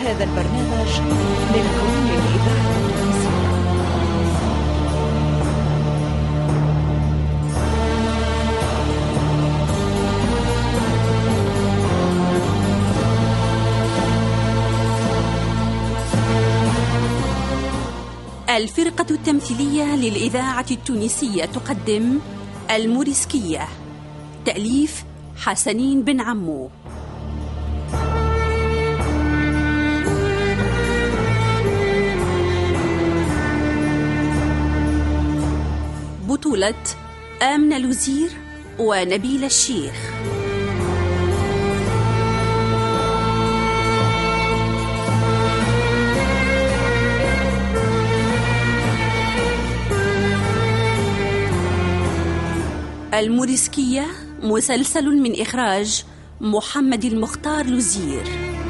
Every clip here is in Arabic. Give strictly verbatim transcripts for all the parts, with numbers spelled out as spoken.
هذا البرنامج من كل الإذاعة التونسية. الفرقة التمثيلية للإذاعة التونسية تقدم الموريسكية، تأليف حسنين بن عمو. بطولة آمنة لوزير ونبيل الشيخ. الموريسكية مسلسل من إخراج محمد المختار لوزير.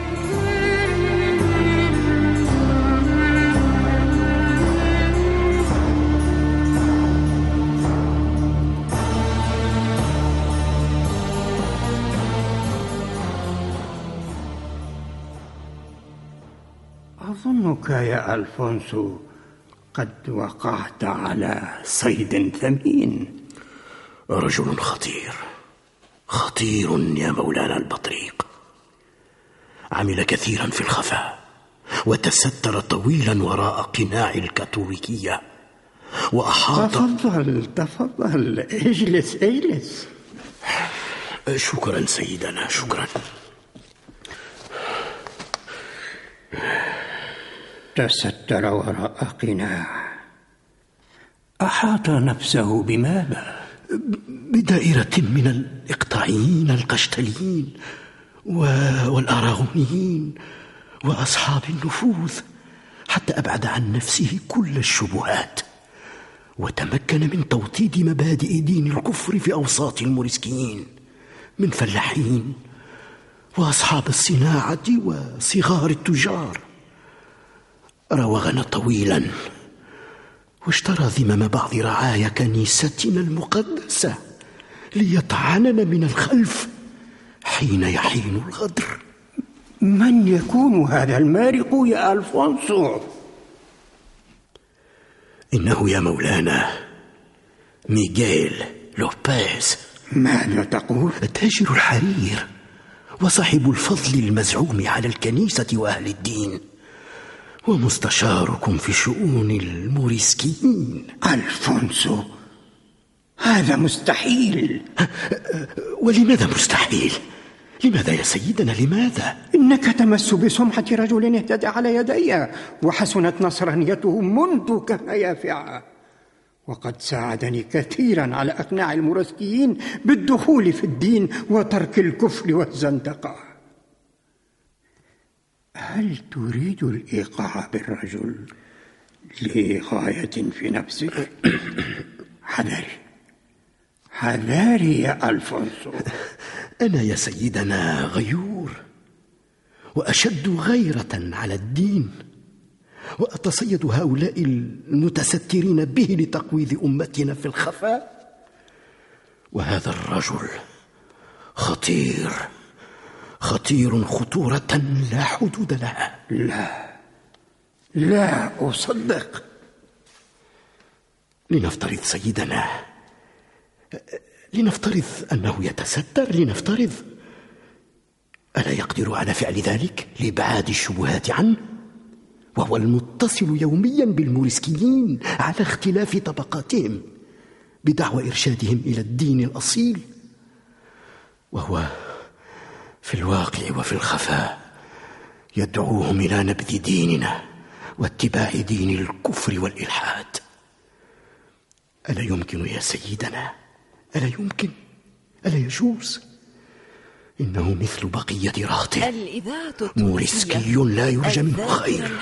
أظنك يا ألفونسو قد وقعت على صيد ثمين. رجل خطير خطير يا مولانا البطريق. عمل كثيرا في الخفاء، وتستر طويلا وراء قناع الكاثوليكية، وأحاط. تفضل تفضل، اجلس اجلس. شكرا سيدنا، شكرا. تستر وراء قناع. أحاط نفسه بماذا؟ بدائرة من الإقطاعيين القشتليين والأراغونيين وأصحاب النفوذ، حتى أبعد عن نفسه كل الشبهات، وتمكن من توطيد مبادئ دين الكفر في أوساط الموريسكيين من فلاحين وأصحاب الصناعة وصغار التجار. روغن طويلا، واشترى ذمم بعض رعايا كنيستنا المقدسة ليطعنن من الخلف حين يحين الغدر. من يكون هذا المارق يا ألفونسو؟ إنه يا مولانا ميغيل لوبيز. ماذا تقول؟ تاجر الحرير وصاحب الفضل المزعوم على الكنيسة وأهل الدين، ومستشاركم في شؤون الموريسكيين. ألفونسو، هذا مستحيل. ولماذا مستحيل؟ لماذا يا سيدنا، لماذا؟ إنك تمس بسمعة رجل اهتدى على يدي، وحسنت نصرانيته منذ كان يافعا، وقد ساعدني كثيرا على إقناع الموريسكيين بالدخول في الدين وترك الكفر والزندقة. هل تريد الإيقاع بالرجل لغاية في نفسك؟ حذري حذري يا ألفونسو. أنا يا سيدنا غيور، وأشد غيرة على الدين، وأتصيد هؤلاء المتسترين به لتقويض أمتنا في الخفاء. وهذا الرجل خطير خطير خطورة لا حدود لها. لا لا أصدق. لنفترض سيدنا، لنفترض أنه يتستر، لنفترض. ألا يقدر على فعل ذلك لإبعاد الشبهات عنه؟ وهو المتصل يوميا بالموريسكيين على اختلاف طبقاتهم بدعوى إرشادهم إلى الدين الأصيل، وهو في الواقع وفي الخفاء يدعوهم إلى نبذ ديننا واتباع دين الكفر والإلحاد. ألا يمكن يا سيدنا؟ ألا يمكن؟ ألا يجوز؟ إنه مثل بقية رهطه، موريسكي لا يرجى منه خير.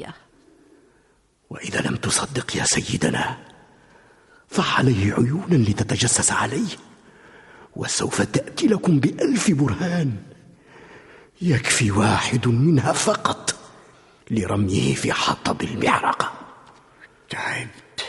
وإذا لم تصدق يا سيدنا، فعليه عيونا لتتجسس عليه، وسوف تأتي لكم بألف برهان، يكفي واحد منها فقط لرميه في حطب المعرقة. تعبت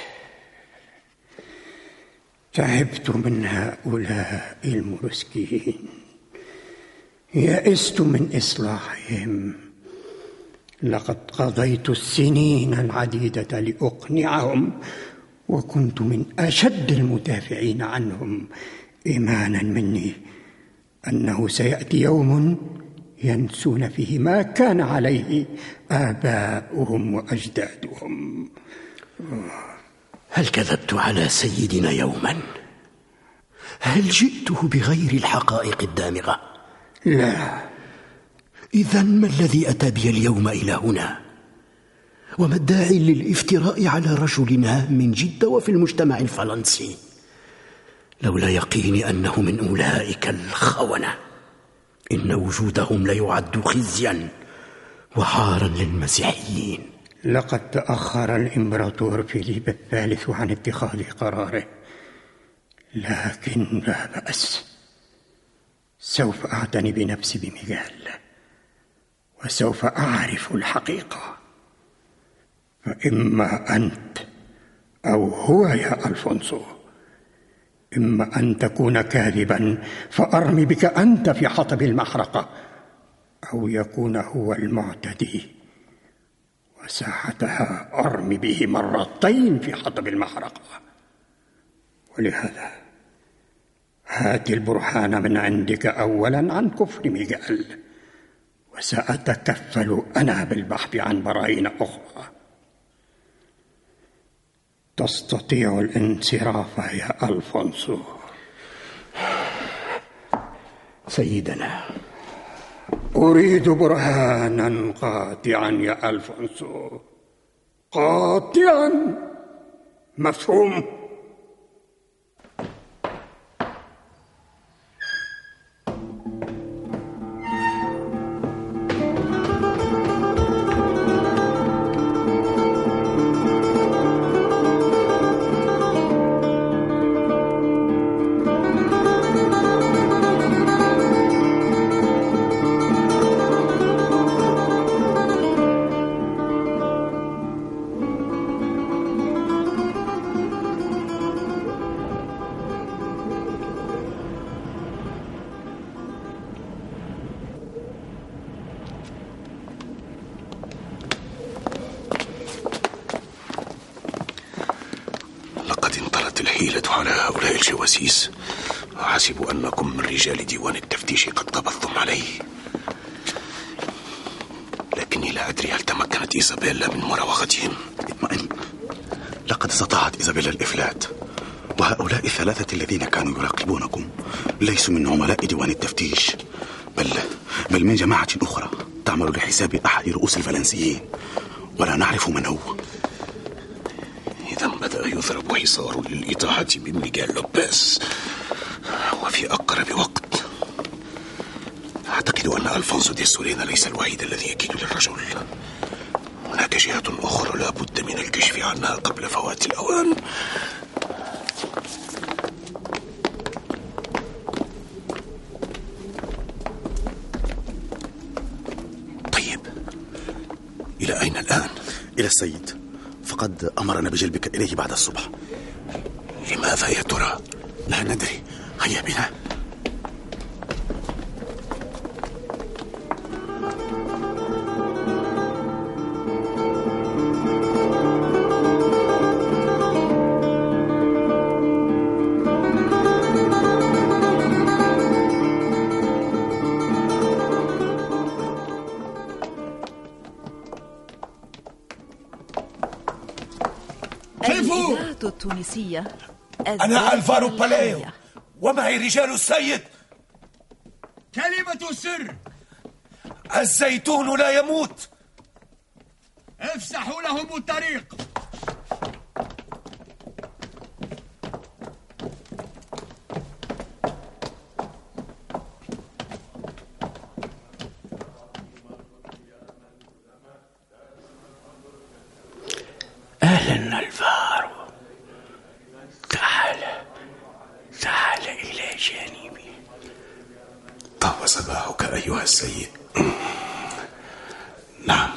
تعبت من هؤلاء الموريسكيين، يئست من إصلاحهم، لقد قضيت السنين العديدة لأقنعهم، وكنت من أشد المدافعين عنهم إيمانا مني أنه سيأتي يوم ينسون فيه ما كان عليه آباؤهم وأجدادهم. هل كذبت على سيدنا يوما؟ هل جئته بغير الحقائق الدامغة؟ لا. إذن ما الذي أتى بي اليوم إلى هنا؟ وما الداعي للافتراء على رجل هام جدا وفي المجتمع الفرنسي لولا يقيني أنه من أولئك الخونة؟ إن وجودهم ليعد خزيا وعارا للمسيحيين. لقد تأخر الإمبراطور فيليب الثالث عن اتخاذ قراره، لكن لا بأس، سوف أعتني بنفسي بميغال وسوف أعرف الحقيقة، فإما أنت أو هو يا ألفونسو، إما أن تكون كاذبا فأرمي بك أنت في حطب المحرقة، أو يكون هو المعتدي وساعتها أرمي به مرتين في حطب المحرقة. ولهذا هات البرهان من عندك أولا عن كفر ميغال، وسأتكفل أنا بالبحث عن براهين أخرى. تستطيع الانصراف يا ألفونسو. سيدنا، أريد برهانا قاطعا يا ألفونسو، قاطعا، مفهوم؟ على هؤلاء الجواسيس، وحسبوا أنكم من رجال ديوان التفتيش قد قبضتم عليه، لكني لا أدري هل تمكنت إيزابيلا من مراوغتهم. اطمئن، لقد استطاعت إيزابيلا الإفلات، وهؤلاء الثلاثة الذين كانوا يراقبونكم ليسوا من عملاء ديوان التفتيش، بل بل من جماعة أخرى تعمل لحساب أحد رؤوس الفلنسيين، ولا نعرف من هو. إذا بدأ يضرب حصار للإطاحة بميغال لوبيز، وفي أقرب وقت. أعتقد أن ألفونسو دي سورينا ليس الوحيد الذي يكيد للرجل. هناك جهات أخرى لا بد من الكشف عنها قبل فوات الأوان. طيب، إلى أين الآن؟ إلى السيد، فقد أمرنا بجلبك إليه بعد الصبح. لماذا يا ترى؟ لا ندري، هيا بنا. الإذاعة التونسية. أنا ألفارو بالايو ومعي رجال السيد. كلمة سر. الزيتون لا يموت. افسحوا لهم الطريق. أهلا ألفارو، تعال تعال إلى جانبي. طاب صباحك أيها السيد. نعم،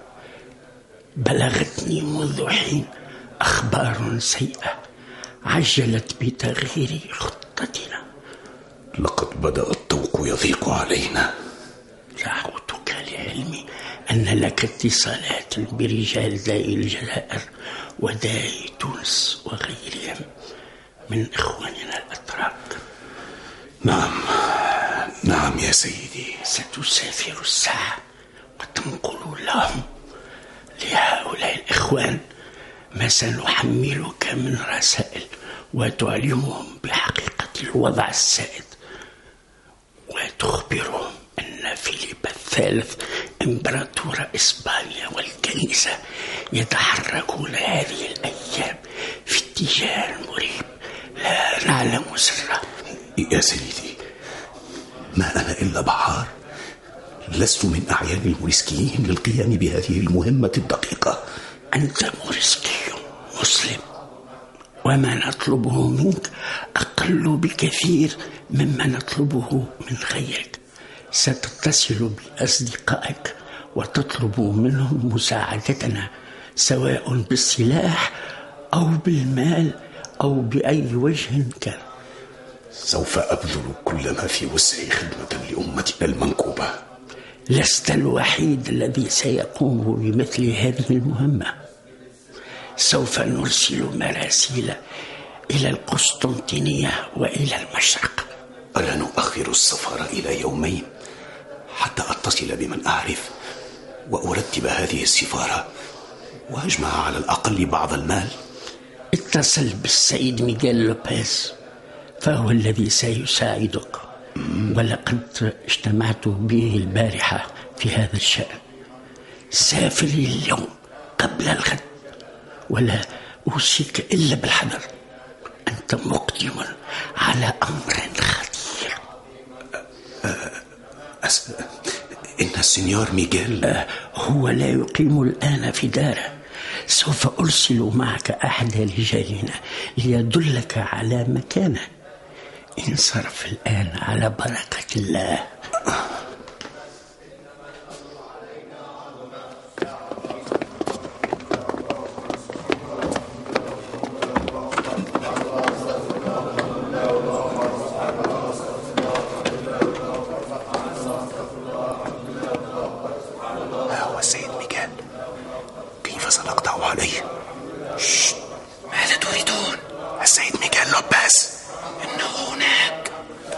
بلغتني منذ حين أخبار سيئة عجلت بتغيير خطتنا. لقد بدأ الطوق يضيق علينا. دعوتك لعلمي أن لك اتصالات برجال داعي الجزائر وداعي تونس وغيرهم من إخواننا الأتراك. نعم نعم يا سيدي. ستسافر الساعة وتنقل لهم لهؤلاء الإخوان ما سنحملك من رسائل وتعلمهم بحقيقة الوضع السائد، وتخبرهم أن فيليب الثالث إمبراطور إسبانيا والكنيسة يتحركون هذه الأيام في اتجاه مريب لا نعلم سره. يا سيدي، ما أنا إلا بحار، لست من أعيان الموريسكيين للقيام بهذه المهمة الدقيقة. أنت موريسكي مسلم، وما نطلبه منك أقل بكثير مما نطلبه من غيرك. ستتصل بأصدقائك وتطلب منهم مساعدتنا، سواء بالسلاح أو بالمال أو بأي وجه كان. سوف أبذل كل ما في وسعي خدمة لأمتنا المنكوبة. لست الوحيد الذي سيقوم بمثل هذه المهمة. سوف نرسل مراسيل إلى القسطنطينية وإلى المشرق. ألا نؤخر السفر إلى يومين حتى أتصل بمن أعرف وأرتب هذه السفارة وأجمع على الأقل بعض المال؟ اتصل بالسيد ميغيل لوبيز، فهو الذي سيساعدك، ولقد اجتمعت به البارحة في هذا الشأن. سافر اليوم قبل الغد، ولا أوصيك إلا بالحذر، أنت مقدم على أمر خطير. أس... إن السنيور ميغيل هو لا يقيم الآن في داره. سوف أرسل معك أحد رجالنا ليدلك على مكانه. انصرف الآن على بركة الله. هو السيد ميغيل، كيف سنقطع عليه؟ شت. ماذا تريدون؟ السيد ميغيل لوبيز إنه هناك.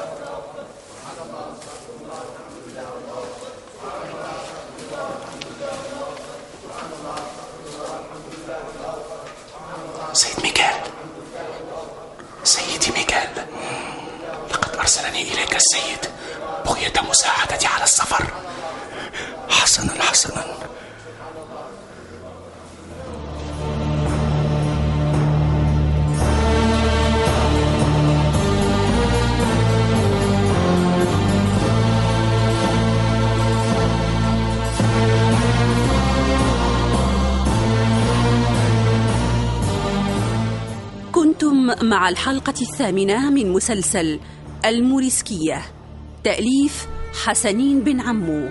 سيد ميغيل، سيدي ميغيل، لقد أرسلني إليك السيد بغية مساعدتي على السفر. حسنا حسنا. كنتم مع الحلقة الثامنة من مسلسل الموريسكية، تأليف حسنين بن عمو.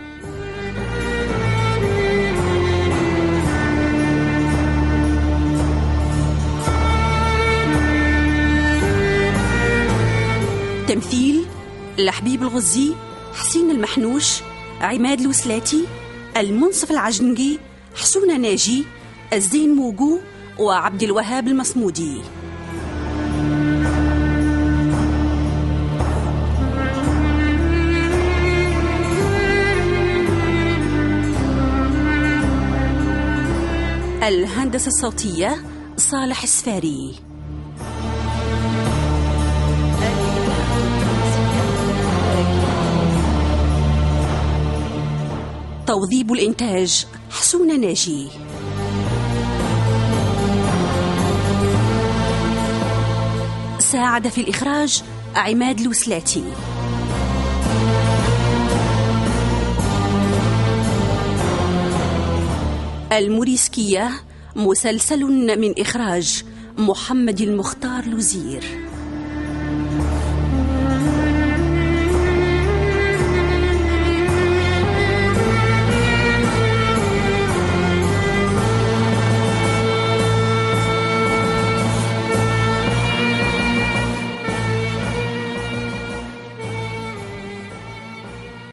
تمثيل: لحبيب الغزي، حسين المحنوش، عماد الوسلاتي، المنصف العجنقي، حسونة ناجي، الزين موقو، وعبد الوهاب المصمودي. الهندسة الصوتية صالح السفاري. توظيب الإنتاج حسونة ناجي. ساعد في الإخراج عماد الوسلاتي. الموريسكية مسلسل من إخراج محمد المختار لوزير.